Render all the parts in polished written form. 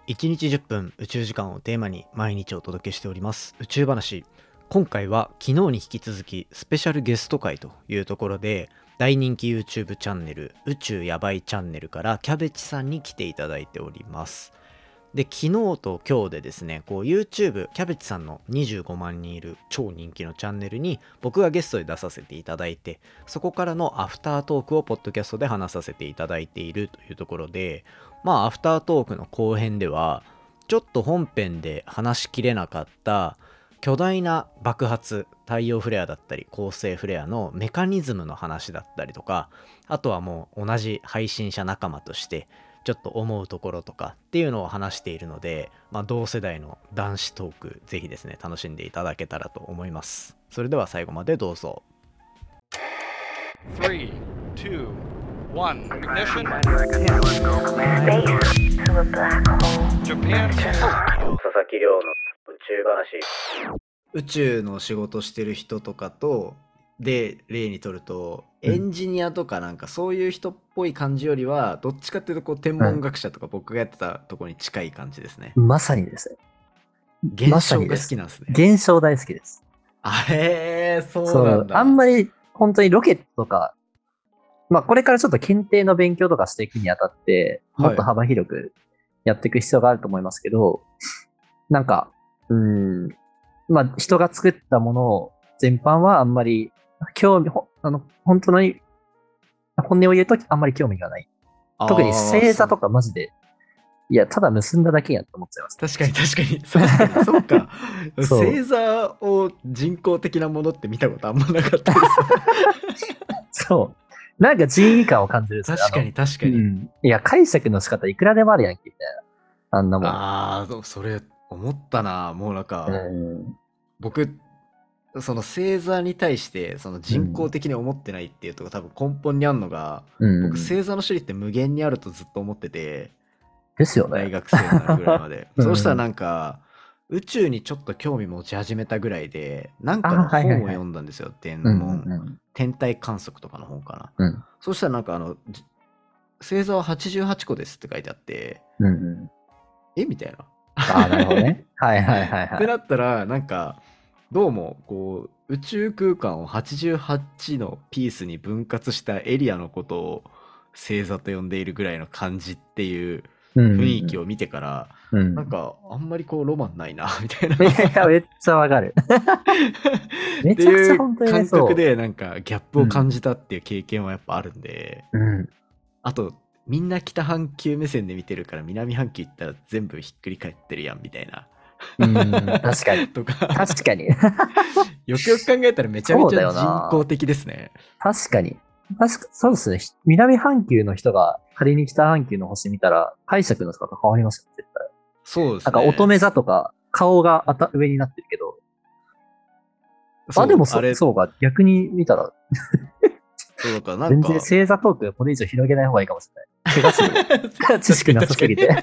1日10分宇宙時間をテーマに毎日お届けしております宇宙話。今回は昨日に引き続きスペシャルゲスト会というところで、大人気 YouTube チャンネル宇宙やばいチャンネルからキャベチさんに来ていただいております。で、昨日と今日でですね、YouTube キャベチさんの25万人いる超人気のチャンネルに僕がゲストで出させていただいて、そこからのアフタートークをポッドキャストで話させていただいているというところで、アフタートークの後編ではちょっと本編で話しきれなかった巨大な爆発、太陽フレアだったり恒星フレアのメカニズムの話だったりとか、あとはもう同じ配信者仲間としてちょっと思うところとかっていうのを話しているので、同世代の男子トーク、ぜひですね楽しんでいただけたらと思います。それでは最後までどうぞ。 3, 2, 1, ignition. Japan. 佐々木亮の宇宙話。宇宙の仕事してる人とかとで例にとると、エンジニアとかなんかそういう人っぽい感じよりは、どっちかっていうと天文学者とか僕がやってたところに近い感じですね。 まさにですね。 現象が好きなんですね。 現象大好きです。 そうなんだ。 あんまり本当にロケットとか、これからちょっと検定の勉強とかしていくにあたって、もっと幅広くやっていく必要があると思いますけど、なんか、人が作ったもの全般はあんまり本当に本音を言うとあんまり興味がない。特に星座とかマジで、いや、ただ結んだだけやと思っちゃいます。 確かにそうか。星座を人工的なものって見たことあんまなかったです。 そう。なんか人為感を感じる。 確かに。 いや、解釈の仕方いくらでもあるやんけ、みたいな。あんなもん。 それ思ったな。もうなんか、僕、その星座に対してその人工的に思ってないっていうとこ多分根本にあるのが、僕星座の種類って無限にあるとずっと思ってて、 ですよね。 大学生になるぐらいまで。そうしたらなんか宇宙にちょっと興味持ち始めたぐらいで、なんかの本を読んだんですよ。天体観測とかの本かな。そうしたらなんか星座は88個ですって書いてあって、みたいな。 なるほどね。はい。 ってなったらなんかどうも宇宙空間を88のピースに分割したエリアのことを星座と呼んでいるぐらいの感じっていう雰囲気を見てから、なんかあんまりロマンないなみたいな。 いや、めっちゃわかる。めちゃくちゃ本当に感覚でなんかギャップを感じたっていう経験はやっぱあるんで、あとみんな北半球目線で見てるから南半球行ったら全部ひっくり返ってるやんみたいな。 確かに。 とか確かに。 よくよく考えたらめちゃめちゃ人工的ですね。 確かに。そうですね。南半球の人が仮に北半球の星見たら解釈の仕方変わりますよ、絶対。 そうですね。 なんか乙女座とか顔が上になってるけど。でもそうか、逆に見たら。 そうか、なんか。 全然星座トークこれ以上広げない方がいいかもしれない。怪我する。知識なさすぎて。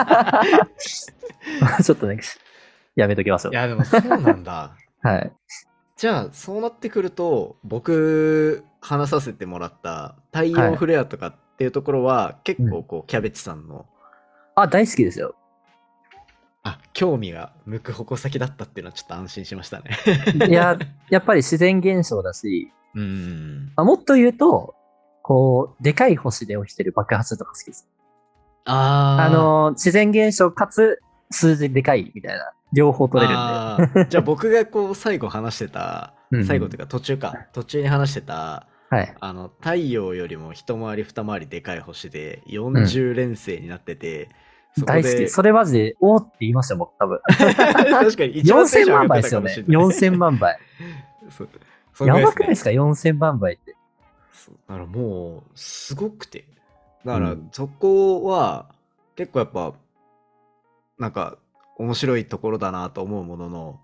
ちょっとね、やめときましょう。 いや、でもそうなんだ。 はい。 じゃあ、そうなってくると、僕、話させてもらった太陽フレアとかっていうところは、結構キャベチさんの。 大好きですよ。 興味が向く矛先だったっていうのはちょっと安心しましたね。 いや、やっぱり自然現象だし、もっと言うと、でかい星で起きてる爆発とか好きです。自然現象かつ数字でかいみたいな、両方取れるんで。じゃあ僕が最後話してた、最後というか途中に話してた、太陽よりも一回り二回りでかい星で40連星になってて、 大好き。それマジで、おーって言いましたよ、僕多分。 確かに。 4000万倍ですよね。4000万倍。やばくないですか、4000万倍って。 だからもう、すごくて。だから、そこは、結構やっぱ、なんか、面白いところだなと思うものの、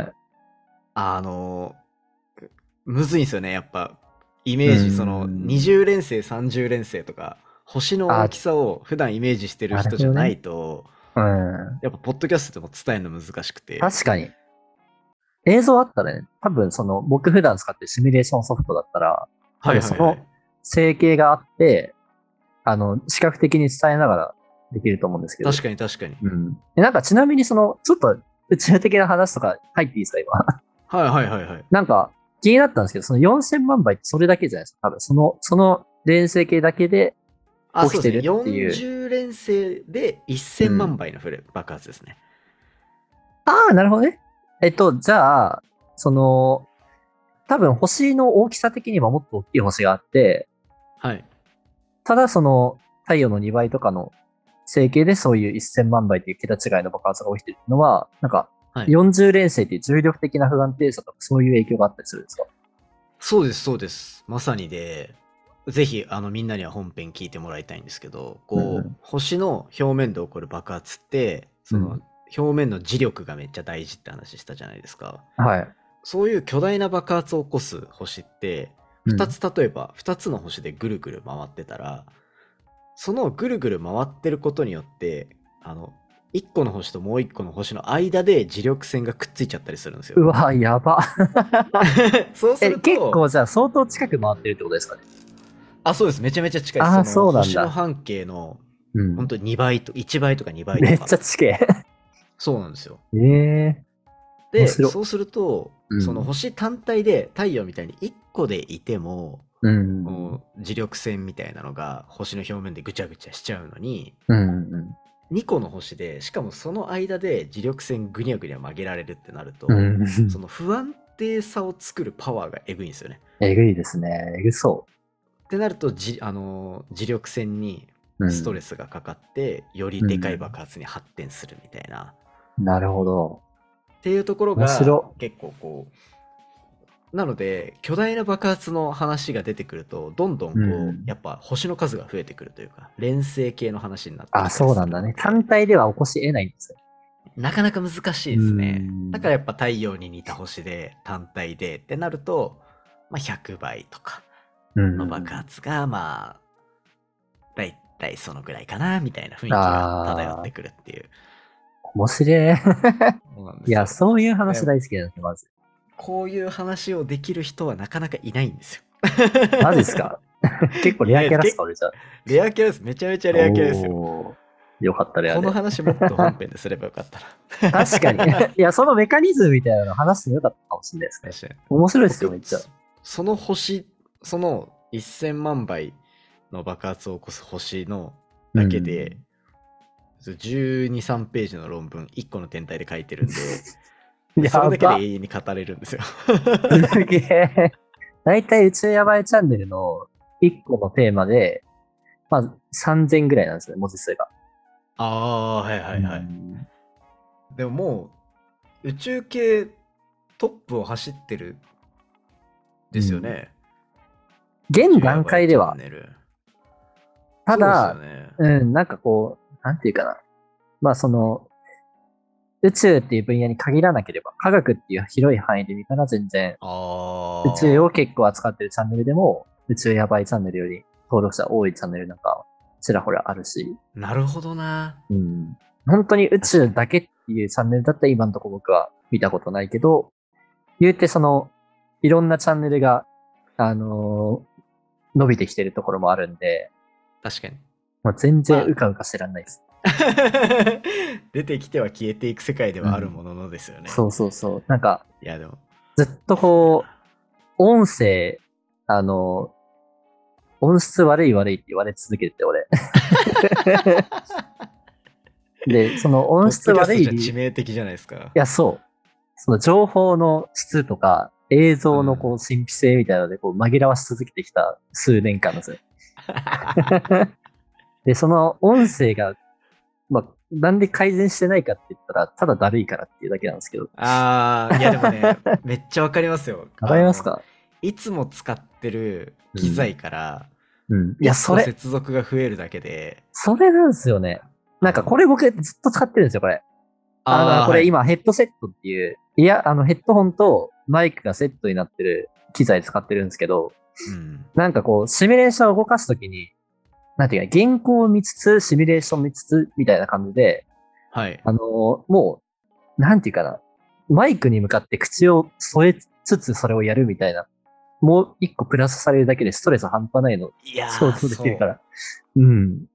むずいんですよね、やっぱ。イメージ、20連星、30連星とか、星の大きさを普段イメージしてる人じゃないと、やっぱポッドキャストでも伝えるの難しくて。 確かに。映像あったらね、多分僕普段使ってるシミュレーションソフトだったら、多分その整形があって、視覚的に伝えながらできると思うんですけど。 確かに確かに。 うん。なんかちなみにちょっと宇宙的な話とか入っていいですか、今。 はいはいはいはい。 なんか気になったんですけど、その4000万倍ってそれだけじゃないですか。多分その連星系だけで起きてるっていう。 40連星で1000万倍の爆発ですね。 ああ、なるほどね。じゃあ、多分星の大きさ的にはもっと大きい星があって、 はい。 ただ太陽の2倍とかの星系でそういう1000万倍という桁違いの爆発が起きてるのは、なんか、40連星っていう重力的な不安定さとかそういう影響があったりするんですか？ そうです、そうです。まさにで、ぜひみんなには本編聞いてもらいたいんですけど、星の表面で起こる爆発って、その表面の磁力がめっちゃ大事って話したじゃないですか。 はい。 そういう巨大な爆発を起こす星って、例えば2つの星でぐるぐる回ってたら、そのぐるぐる回ってることによって、1個の星ともう1個の星の間で磁力線がくっついちゃったりするんですよ。 うわ、やば。 そうすると結構じゃあ相当近く回ってるってことですかね？ そうです。めちゃめちゃ近いです。 そうなんだ。 星の半径の、本当に2倍と、1倍とか2倍とか。 めっちゃ近い。 そうなんですよ。 で、 そうすると、その星単体で太陽みたいに1個でいても、磁力線みたいなのが星の表面でぐちゃぐちゃしちゃうのに、2個の星で、しかもその間で磁力線ぐにゃぐにゃ曲げられるってなると、その不安定さを作るパワーがえぐいんですよね。 えぐいですね。えぐそう。 ってなると磁力線にストレスがかかって、よりでかい爆発に発展するみたいな。 なるほど。 っていうところが結構こう、なので巨大な爆発の話が出てくると、どんどんやっぱ星の数が増えてくるというか、連星系の話になってきたりする。 そうなんだね。単体では起こし得ないんですよ。 なかなか難しいですね。だからやっぱ太陽に似た星で単体でってなると、100倍とかの爆発がだいたいそのぐらいかなみたいな雰囲気が漂ってくるっていう。 面白い。いや、そういう話大好きなんですよ、まず。 こういう話をできる人はなかなかいないんですよ。 マジですか？結構レアキャラですか、俺じゃ。 レアキャラです。めちゃめちゃレアキャラですよ。 よかったレアで。 この話もっと本編ですればよかったな。確かに。いや、そのメカニズムみたいなの話してもよかったかもしれないですね。面白いですよ、めっちゃ。 その星、その1000万倍の爆発を起こす星のだけで、12、3ページの論文1個の天体で書いてるんで、それだけで永遠に語れるんですよ。 すげえ。だいたい宇宙やばいチャンネルの1個のテーマで、3000ぐらいなんですね、文字数が。 はいはいはい。でももう、宇宙系トップを走ってるですよね。 現段階では。ただ、なんかこう、なんていうかな。宇宙っていう分野に限らなければ、科学っていう広い範囲で見たら全然、宇宙を結構扱ってるチャンネルでも、宇宙やばいチャンネルより登録者多いチャンネルなんか、ちらほらあるし。 なるほどな。 本当に宇宙だけっていうチャンネルだったら今のところ僕は見たことないけど、言うていろんなチャンネルが、伸びてきてるところもあるんで、 確かに。 全然うかうかしてらんないです。 出てきては消えていく世界ではあるもののですよね。 そうそうそう。なんか、 いやでもずっとこう、音声、音質悪いって言われ続けてて、俺。で、その音質悪い。 致命的じゃないですか。いや、そう。その情報の質とか、映像のこう神秘性みたいなのでこう紛らわし続けてきた数年間ですよ。で、その音声が、なんで改善してないかって言ったら、ただだるいからっていうだけなんですけど。 いやでもね、めっちゃわかりますよ。 わかりますか？ いつも使ってる機材から、 いや、それ。 接続が増えるだけで。 それなんですよね。なんかこれ僕ずっと使ってるんですよ、これ。これ今ヘッドセットっていう、ヘッドホンとマイクがセットになってる機材使ってるんですけど、なんかこう、シミュレーションを動かすときに、なんていうか、原稿を見つつ、シミュレーション見つつ、みたいな感じで、 はい。 もう、なんていうかな、マイクに向かって口を添えつつそれをやるみたいな、もう一個プラスされるだけでストレス半端ないの、想像できるから。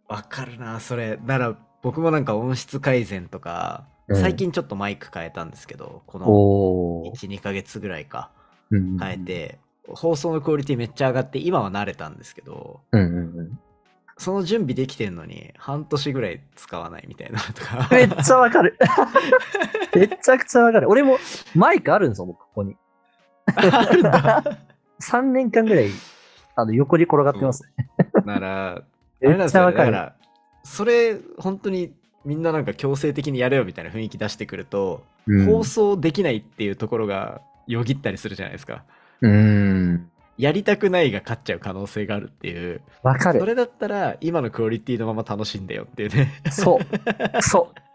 わかるな、それ。なら、僕もなんか音質改善とか、最近ちょっとマイク変えたんですけど、この1、2ヶ月ぐらいか、変えて、放送のクオリティめっちゃ上がって、今は慣れたんですけど、その準備できてんのに、半年ぐらい使わないみたいなとか。 めっちゃわかる。めちゃくちゃわかる。俺もマイクあるんですよ、ここに。 あるんだ。 3年間ぐらい、横に転がってますね。 なら、あれなんですよね。だから、それ、本当にみんななんか強制的にやれよみたいな雰囲気出してくると、放送できないっていうところがよぎったりするじゃないですか。やりたくないが勝っちゃう可能性があるっていう。 わかる。 それだったら、今のクオリティのまま楽しんでよっていうね。 そう。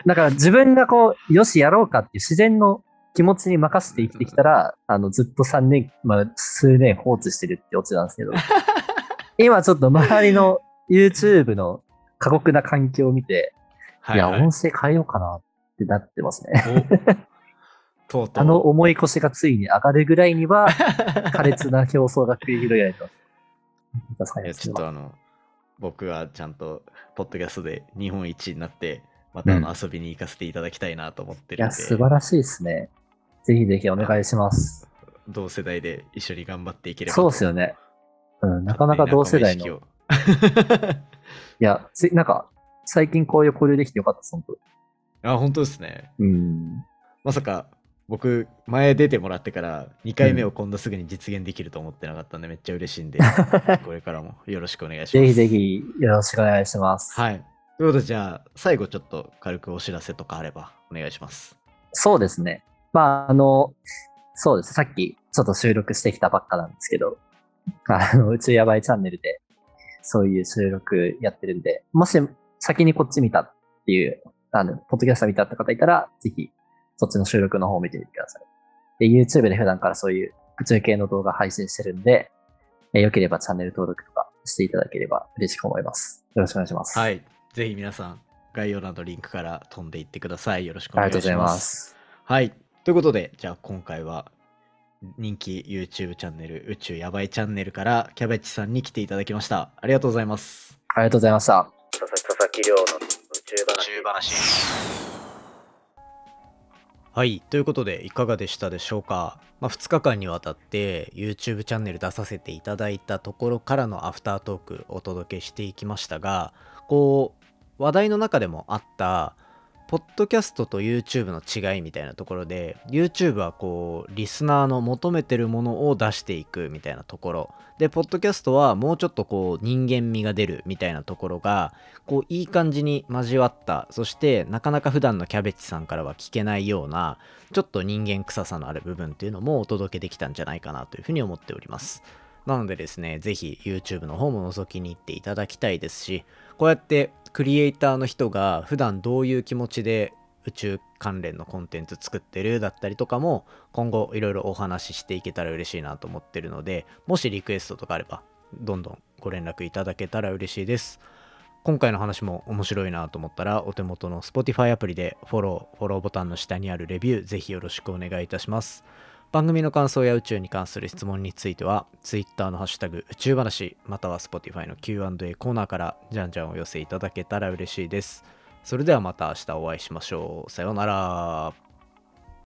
だから自分がよしやろうかっていう自然の気持ちに任せて生きてきたら、ずっと3年、数年放置してるってオチなんですけど、今ちょっと周りの YouTube の過酷な環境を見て、いや、音声変えようかなってなってますね。とうとう重い腰がついに上がるぐらいには、苛烈な競争が繰り広げられてます。 いや、ちょっと僕はちゃんと、ポッドキャストで日本一になって、また遊びに行かせていただきたいなと思ってるんで。 いや、素晴らしいですね。ぜひぜひお願いします。 同世代で一緒に頑張っていければ。 そうですよね。なかなか同世代の。いや、なんか、最近こういう交流できてよかったです、本当。 本当ですね。まさか、僕、前出てもらってから2回目を今度すぐに実現できると思ってなかったんで、めっちゃ嬉しいんで、これからもよろしくお願いします。 ぜひぜひよろしくお願いします。 はい。ということで、じゃあ、最後ちょっと軽くお知らせとかあればお願いします。 そうですね。そうです。さっきちょっと収録してきたばっかなんですけど、宇宙やばいチャンネルでそういう収録やってるんで、もし先にこっち見たっていう、ポッドキャスト見たって方いたら、ぜひそっちの収録の方を見てみてください。で、YouTube で普段からそういう宇宙系の動画配信してるんで、よければチャンネル登録とかしていただければ嬉しく思います。よろしくお願いします。 はい。ぜひ皆さん、概要欄のリンクから飛んでいってください。よろしくお願いします。ありがとうございます。はい。ということで、じゃあ今回は人気 YouTube チャンネル宇宙やばいチャンネルからキャベチさんに来ていただきました。ありがとうございます。 ありがとうございました。 佐々木亮の宇宙話。はい。ということで、いかがでしたでしょうか。2日間にわたって YouTube チャンネル出させていただいたところからのアフタートークお届けしていきましたが、話題の中でもあったポッドキャストと YouTube の違いみたいなところで、 YouTube はリスナーの求めてるものを出していくみたいなところで、ポッドキャストはもうちょっと人間味が出るみたいなところがいい感じに交わった。そしてなかなか普段のキャベチさんからは聞けないようなちょっと人間臭さのある部分っていうのもお届けできたんじゃないかなというふうに思っております。なのでですね、ぜひ YouTube の方も覗きに行っていただきたいですし、こうやってクリエイターの人が普段どういう気持ちで宇宙関連のコンテンツ作ってるだったりとかも今後いろいろお話ししていけたら嬉しいなと思ってるので、もしリクエストとかあればどんどんご連絡いただけたら嬉しいです。今回の話も面白いなと思ったら、お手元の Spotify アプリでフォローボタンの下にあるレビュー、ぜひよろしくお願いいたします。番組の感想や宇宙に関する質問については Twitter のハッシュタグ宇宙話、または Spotify の Q&A コーナーからじゃんじゃんお寄せいただけたら嬉しいです。それではまた明日お会いしましょう。さようなら。